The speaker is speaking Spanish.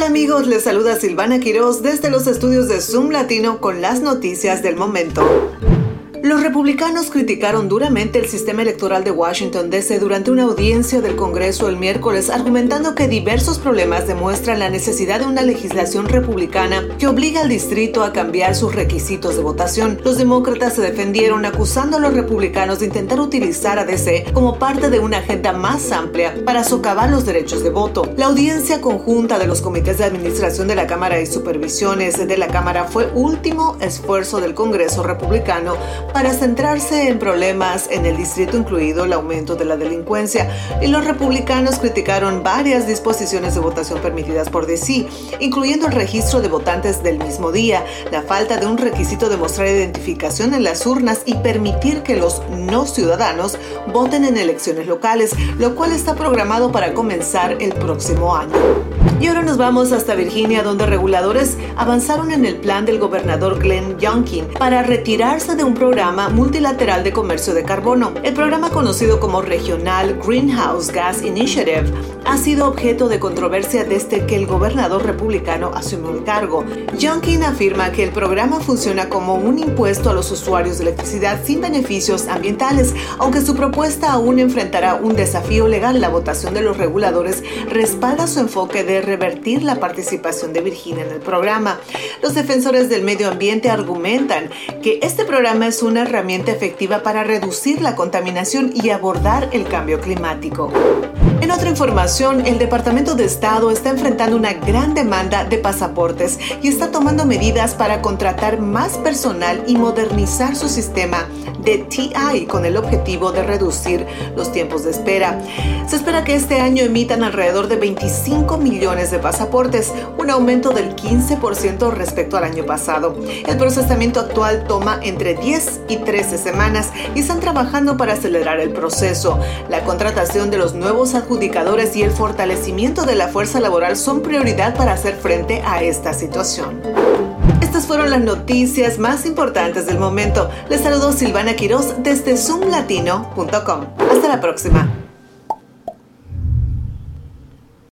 Hola amigos, les saluda Silvana Quiroz desde los estudios de Zoom Latino con las noticias del momento. Los republicanos criticaron duramente el sistema electoral de Washington, D.C. durante una audiencia del Congreso el miércoles, argumentando que diversos problemas demuestran la necesidad de una legislación republicana que obliga al distrito a cambiar sus requisitos de votación. Los demócratas se defendieron acusando a los republicanos de intentar utilizar a D.C. como parte de una agenda más amplia para socavar los derechos de voto. La audiencia conjunta de los comités de administración de la Cámara y supervisiones de la Cámara fue último esfuerzo del Congreso republicano para centrarse en problemas en el distrito, incluido el aumento de la delincuencia, y los republicanos criticaron varias disposiciones de votación permitidas por D.C., incluyendo el registro de votantes del mismo día, la falta de un requisito de mostrar identificación en las urnas y permitir que los no ciudadanos voten en elecciones locales, lo cual está programado para comenzar el próximo año. Y ahora nos vamos hasta Virginia, donde reguladores avanzaron en el plan del gobernador Glenn Youngkin para retirarse de un programa multilateral de comercio de carbono. El programa, conocido como Regional Greenhouse Gas Initiative, ha sido objeto de controversia desde que el gobernador republicano asumió el cargo. Youngkin afirma que el programa funciona como un impuesto a los usuarios de electricidad sin beneficios ambientales, aunque su propuesta aún enfrentará un desafío legal. La votación de los reguladores respalda su enfoque de revertir la participación de Virginia en el programa. Los defensores del medio ambiente argumentan que este programa es una herramienta efectiva para reducir la contaminación y abordar el cambio climático. En otra información, el Departamento de Estado está enfrentando una gran demanda de pasaportes y está tomando medidas para contratar más personal y modernizar su sistema de TI con el objetivo de reducir los tiempos de espera. Se espera que este año emitan alrededor de 25 millones de pasaportes, un aumento del 15% respecto al año pasado. El procesamiento actual toma entre 10 y 13 semanas y están trabajando para acelerar el proceso. La contratación de los nuevos adjudicadores y el fortalecimiento de la fuerza laboral son prioridad para hacer frente a esta situación. Estas fueron las noticias más importantes del momento. Les saludo Silvana Quiroz desde zoomlatino.com. Hasta la próxima.